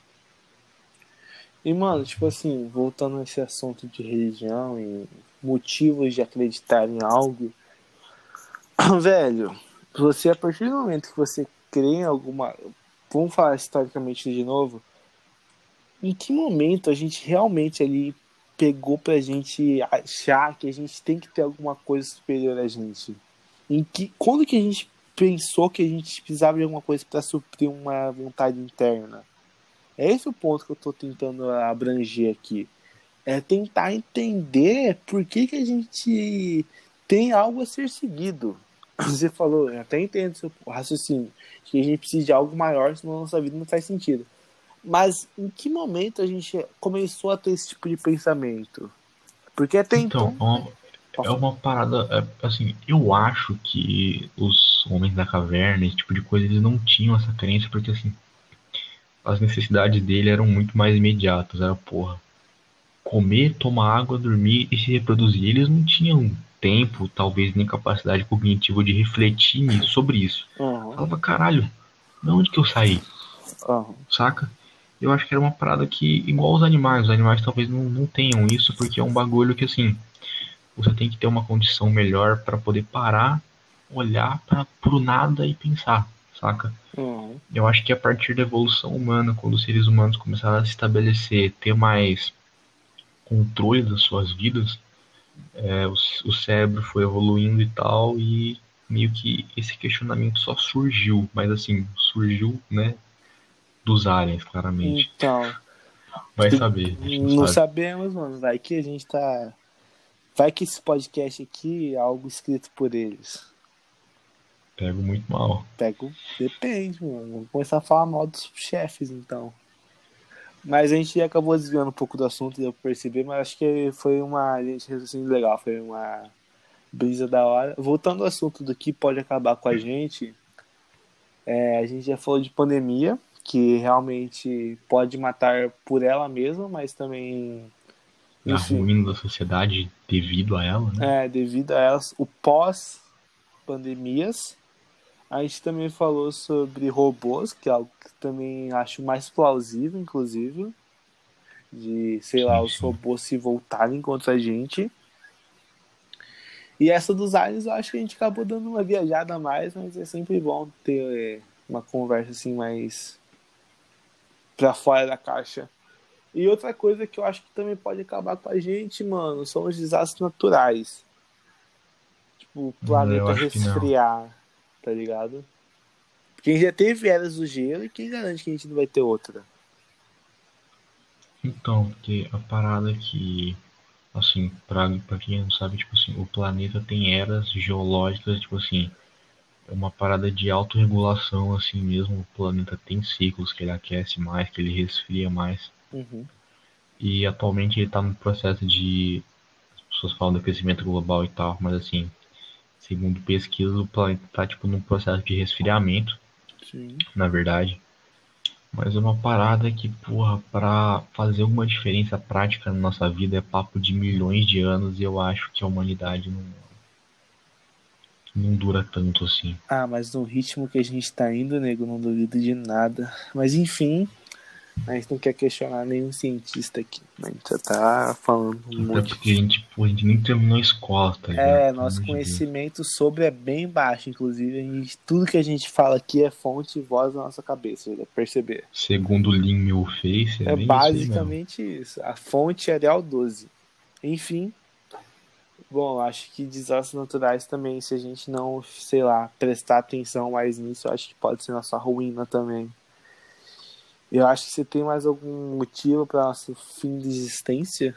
Speaker 1: E, mano, tipo assim, voltando a esse assunto de religião e motivos de acreditar em algo, velho, você, a partir do momento que você crê em alguma. Vamos falar historicamente de novo. Em que momento a gente realmente ali pegou pra gente achar que a gente tem que ter alguma coisa superior a gente? Em que, quando que a gente pensou que a gente precisava de alguma coisa para suprir uma vontade interna? É esse o ponto que eu tô tentando abranger aqui. É tentar entender por que, que a gente tem algo a ser seguido. Você falou, eu até entendo seu raciocínio, que a gente precisa de algo maior, senão a nossa vida não faz sentido. Mas em que momento a gente começou a ter esse tipo de pensamento? Porque até
Speaker 2: Então,
Speaker 1: então.
Speaker 2: é uma, é uma parada, é, assim, eu acho que os homens da caverna, esse tipo de coisa, eles não tinham essa crença, porque, assim, as necessidades dele eram muito mais imediatas, era, porra, comer, tomar água, dormir e se reproduzir. Eles não tinham tempo, talvez nem capacidade cognitiva de refletir sobre isso.
Speaker 1: Uhum,
Speaker 2: Falava, caralho, de onde que eu saí?
Speaker 1: uhum,
Speaker 2: Saca? Eu acho que era uma parada que, igual os animais, os animais talvez não, não tenham isso, porque é um bagulho que, assim, você tem que ter uma condição melhor para poder parar, olhar para pro nada e pensar, saca?
Speaker 1: uhum,
Speaker 2: Eu acho que a partir da evolução humana, quando os seres humanos começaram a se estabelecer, ter mais controle das suas vidas, é, o, o cérebro foi evoluindo e tal, e meio que esse questionamento só surgiu, mas assim, surgiu, né, dos aliens, claramente.
Speaker 1: Então,
Speaker 2: Vai
Speaker 1: tem-
Speaker 2: saber, a gente não,
Speaker 1: não
Speaker 2: sabe.
Speaker 1: sabemos, mano. Vai que a gente tá. Vai que esse podcast aqui é algo escrito por eles.
Speaker 2: Pego muito mal.
Speaker 1: Pego. Depende, mano. Vamos começar a falar mal dos chefes, então. Mas a gente acabou desviando um pouco do assunto, deu pra perceber, mas acho que foi uma gente assim, legal, foi uma brisa da hora. Voltando ao assunto do que pode acabar com a gente, é, a gente já falou de pandemia, que realmente pode matar por ela mesma, mas também,
Speaker 2: A
Speaker 1: enfim,
Speaker 2: ruína da sociedade devido a ela, né?
Speaker 1: é, devido a elas, o pós-pandemias. A gente também falou sobre robôs, que é algo que também acho mais plausível, inclusive, de, sei lá,
Speaker 2: Sim,
Speaker 1: os
Speaker 2: sim.
Speaker 1: robôs se voltarem contra a gente. E essa dos aliens eu acho que a gente acabou dando uma viajada a mais, mas é sempre bom ter é, uma conversa assim mais pra fora da caixa. E outra coisa que eu acho que também pode acabar com a gente, mano, são os desastres naturais. Tipo, o
Speaker 2: Hum, Eu
Speaker 1: planeta
Speaker 2: acho que não.
Speaker 1: resfriar, tá ligado? Porque a gente já teve eras do gelo e quem garante que a gente não vai ter outra?
Speaker 2: Então, porque a parada é que, assim, pra, pra quem não sabe, tipo assim, o planeta tem eras geológicas, tipo assim, é uma parada de autorregulação, assim mesmo. O planeta tem ciclos que ele aquece mais, que ele resfria mais.
Speaker 1: Uhum.
Speaker 2: E atualmente ele tá no processo de. As pessoas falam do aquecimento global e tal, mas assim, segundo pesquisa, o planeta tá tipo num processo de resfriamento,
Speaker 1: Sim.
Speaker 2: na verdade. Mas é uma parada que, porra, pra fazer alguma diferença prática na nossa vida é papo de milhões de anos e eu acho que a humanidade não, não dura tanto assim.
Speaker 1: Ah, mas no ritmo que a gente tá indo, nego, não duvido de nada. Mas enfim, a gente não quer questionar nenhum cientista aqui. A gente já tá falando um
Speaker 2: Até
Speaker 1: monte
Speaker 2: porque a
Speaker 1: de.
Speaker 2: gente, pô, a gente nem terminou a escola, tá ligado?
Speaker 1: É,
Speaker 2: Pelo
Speaker 1: nosso
Speaker 2: amor de Deus.
Speaker 1: conhecimento sobre é bem baixo, inclusive. A gente, tudo que a gente fala aqui é fonte e voz da nossa cabeça, dá pra perceber.
Speaker 2: Segundo o Lin Meu Face, é
Speaker 1: É
Speaker 2: bem isso aí mesmo.
Speaker 1: basicamente isso. A fonte é Arial doze. Enfim, bom, acho que desastres naturais também, se a gente não, sei lá, prestar atenção mais nisso, eu acho que pode ser nossa ruína também. Eu acho que você tem mais algum motivo para nosso fim de existência?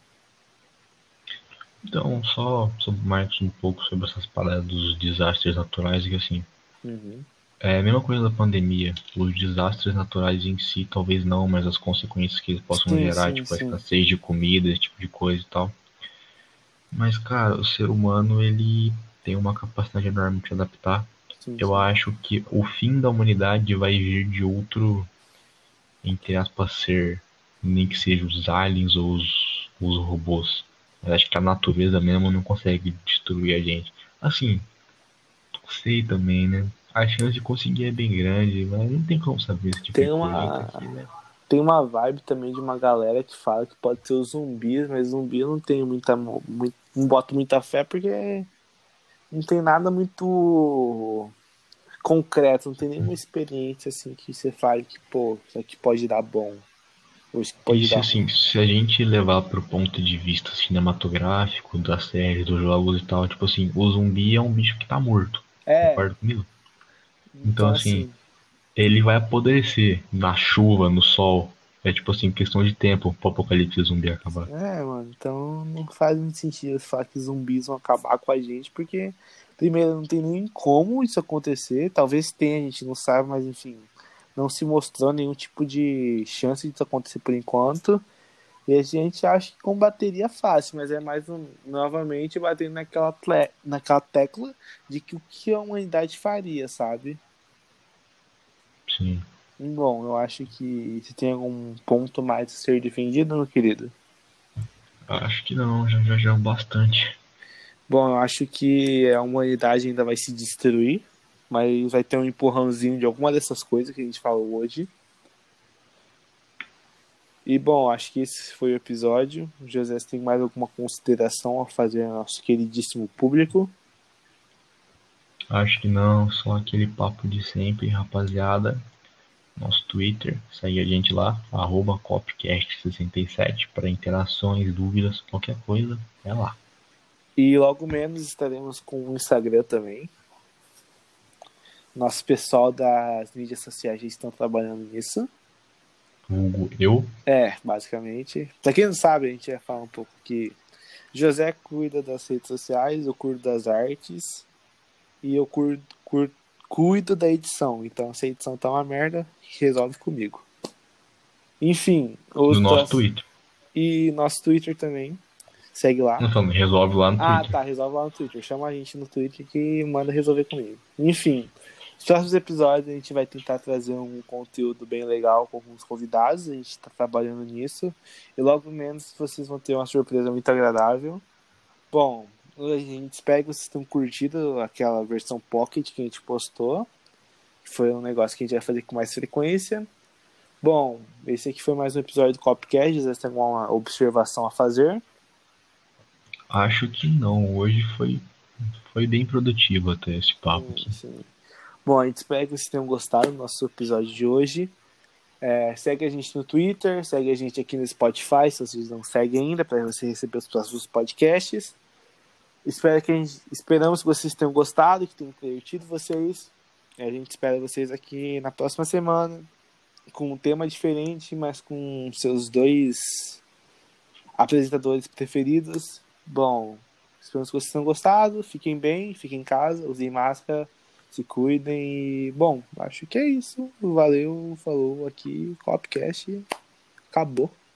Speaker 2: Então, só sobre mais um pouco sobre essas paradas dos desastres naturais, que assim,
Speaker 1: Uhum.
Speaker 2: é a mesma coisa da pandemia. Os desastres naturais em si, talvez não, mas as consequências que eles possam
Speaker 1: Sim,
Speaker 2: gerar,
Speaker 1: sim,
Speaker 2: tipo a
Speaker 1: sim.
Speaker 2: escassez de comida, esse tipo de coisa e tal. Mas, cara, o ser humano, ele tem uma capacidade enorme de se adaptar.
Speaker 1: Sim,
Speaker 2: Eu
Speaker 1: sim.
Speaker 2: acho que o fim da humanidade vai vir de outro, entre aspas, ser, nem que seja os aliens ou os, os robôs. Eu acho que a natureza mesmo não consegue destruir a gente. Assim, não sei também, né? A chance de conseguir é bem grande, mas não tem como saber esse tipo de
Speaker 1: Tem
Speaker 2: coisa.
Speaker 1: uma,
Speaker 2: Porque, né?
Speaker 1: tem uma vibe também de uma galera que fala que pode ser os zumbis, mas zumbi eu não tenho muita, muito, não boto muita fé porque não tem nada muito concreto, não tem nenhuma experiência assim que você fale que, pô, isso aqui pode dar bom, ou isso aqui
Speaker 2: E
Speaker 1: pode
Speaker 2: se
Speaker 1: dar ruim.
Speaker 2: assim, se a gente levar pro ponto de vista cinematográfico, da série, dos jogos e tal, tipo assim, o zumbi é um bicho que tá morto.
Speaker 1: É,
Speaker 2: Concorda comigo? Então,
Speaker 1: então
Speaker 2: assim,
Speaker 1: assim,
Speaker 2: ele vai apodrecer na chuva, no sol. É tipo assim, questão de tempo pro apocalipse zumbi acabar.
Speaker 1: é, mano, então não faz muito sentido falar que zumbis vão acabar com a gente, porque primeiro não tem nem como isso acontecer, talvez tenha, a gente não sabe, mas enfim, não se mostrou nenhum tipo de chance disso acontecer por enquanto. E a gente acha que combateria fácil, mas é mais um, novamente batendo naquela, tle, naquela tecla de que o que a humanidade faria, sabe?
Speaker 2: Sim.
Speaker 1: Bom, eu acho que se tem algum ponto mais a ser defendido, meu querido.
Speaker 2: Acho que não, já já já é bastante.
Speaker 1: Bom, eu acho que a humanidade ainda vai se destruir, mas vai ter um empurrãozinho de alguma dessas coisas que a gente falou hoje. E bom, acho que esse foi o episódio. O José, você tem mais alguma consideração a fazer ao nosso queridíssimo público?
Speaker 2: Acho que não, só aquele papo de sempre, rapaziada. Nosso Twitter, segue a gente lá, arroba copcast sessenta e sete para interações, dúvidas, qualquer coisa, é lá.
Speaker 1: E logo menos estaremos com o Instagram também. Nosso pessoal das mídias sociais já estão trabalhando nisso.
Speaker 2: Vulgo eu.
Speaker 1: É, basicamente. Pra quem não sabe, a gente vai falar um pouco que José cuida das redes sociais, eu cuido das artes e eu curto, curto, cuido da edição. Então, se a edição tá uma merda, resolve comigo. Enfim,
Speaker 2: No
Speaker 1: os
Speaker 2: nosso
Speaker 1: das...
Speaker 2: Twitter.
Speaker 1: e nosso Twitter também. Segue lá.
Speaker 2: Não falando, resolve lá no
Speaker 1: Ah,
Speaker 2: Twitter.
Speaker 1: tá, resolve lá no Twitter. Chama a gente no Twitter que manda resolver comigo. Enfim, nos próximos episódios a gente vai tentar trazer um conteúdo bem legal com alguns convidados. A gente está trabalhando nisso. E logo menos vocês vão ter uma surpresa muito agradável. Bom, a gente espera que vocês tenham curtido aquela versão Pocket que a gente postou. Foi um negócio que a gente vai fazer com mais frequência. Bom, esse aqui foi mais um episódio do Copcast. Vocês têm alguma observação a fazer?
Speaker 2: Acho que não. Hoje foi, foi bem produtivo até esse papo aqui.
Speaker 1: Sim, sim. Bom, a gente espera que vocês tenham gostado do nosso episódio de hoje. É, segue a gente no Twitter, segue a gente aqui no Spotify, se vocês não seguem ainda, para você receber os próximos podcasts. Espero que a gente, esperamos que vocês tenham gostado, que tenham divertido vocês. A gente espera vocês aqui na próxima semana, com um tema diferente, mas com seus dois apresentadores preferidos. Bom, esperamos que vocês tenham gostado. Fiquem bem, fiquem em casa, usem máscara, se cuidem. E, bom, acho que é isso. Valeu, falou aqui, Copcast. Acabou.